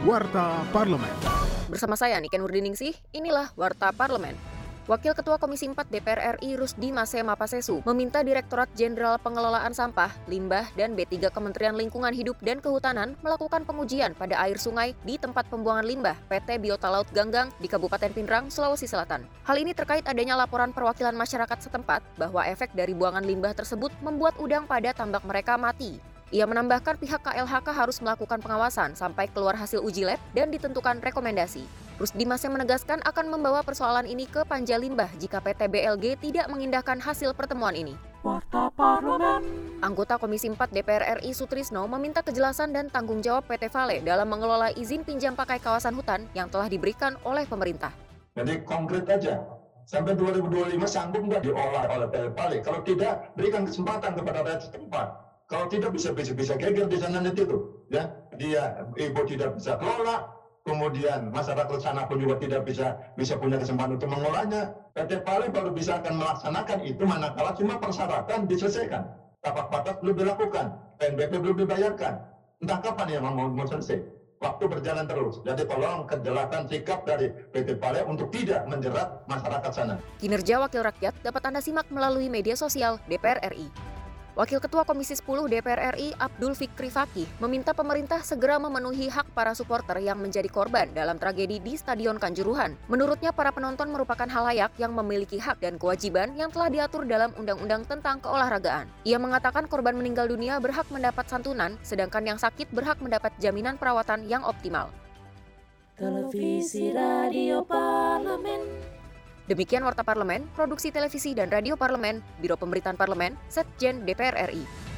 Warta Parlemen. Bersama saya Niken Nurdiningsih, inilah Warta Parlemen. Wakil Ketua Komisi 4 DPR RI Rusdi Mase Mapasesu meminta Direktorat Jenderal Pengelolaan Sampah, Limbah, dan B3 Kementerian Lingkungan Hidup dan Kehutanan melakukan pengujian pada air sungai di tempat pembuangan limbah PT Biota Laut Ganggang di Kabupaten Pindrang, Sulawesi Selatan. Hal ini terkait adanya laporan perwakilan masyarakat setempat bahwa efek dari buangan limbah tersebut membuat udang pada tambak mereka mati. Ia menambahkan pihak KLHK harus melakukan pengawasan sampai keluar hasil uji lab dan ditentukan rekomendasi. Rusdi Mase menegaskan akan membawa persoalan ini ke Panja Limbah jika PT BLG tidak mengindahkan hasil pertemuan ini. Warta Parlemen. Anggota Komisi 4 DPR RI Sutrisno meminta kejelasan dan tanggung jawab PT Vale dalam mengelola izin pinjam pakai kawasan hutan yang telah diberikan oleh pemerintah. Jadi konkret aja, sampai 2025 sanggup nggak diolah oleh PT Vale? Kalau tidak, berikan kesempatan kepada rakyat setempat. Kalau tidak bisa geger di sana nanti tuh, ya dia ibu tidak bisa kelola, kemudian masyarakat sana pun juga tidak bisa punya kesempatan untuk mengolahnya. PT Vale baru bisa akan melaksanakan itu manakala cuma persyaratan diselesaikan, tapak batas belum dilakukan, PNBP belum dibayarkan. Entah kapan ya mau selesai. Waktu berjalan terus. Jadi tolong kejelasan sikap dari PT Vale untuk tidak menjerat masyarakat sana. Kinerja Wakil Rakyat dapat Anda simak melalui media sosial DPR RI. Wakil Ketua Komisi 10 DPR RI Abdul Fikri Fakih meminta pemerintah segera memenuhi hak para supporter yang menjadi korban dalam tragedi di Stadion Kanjuruhan. Menurutnya, para penonton merupakan halayak yang memiliki hak dan kewajiban yang telah diatur dalam Undang-Undang tentang Keolahragaan. Ia mengatakan korban meninggal dunia berhak mendapat santunan, sedangkan yang sakit berhak mendapat jaminan perawatan yang optimal. Televisi Radio Parlemen. Demikian Warta Parlemen, Produksi Televisi dan Radio Parlemen, Biro Pemberitaan Parlemen, Setjen DPR RI.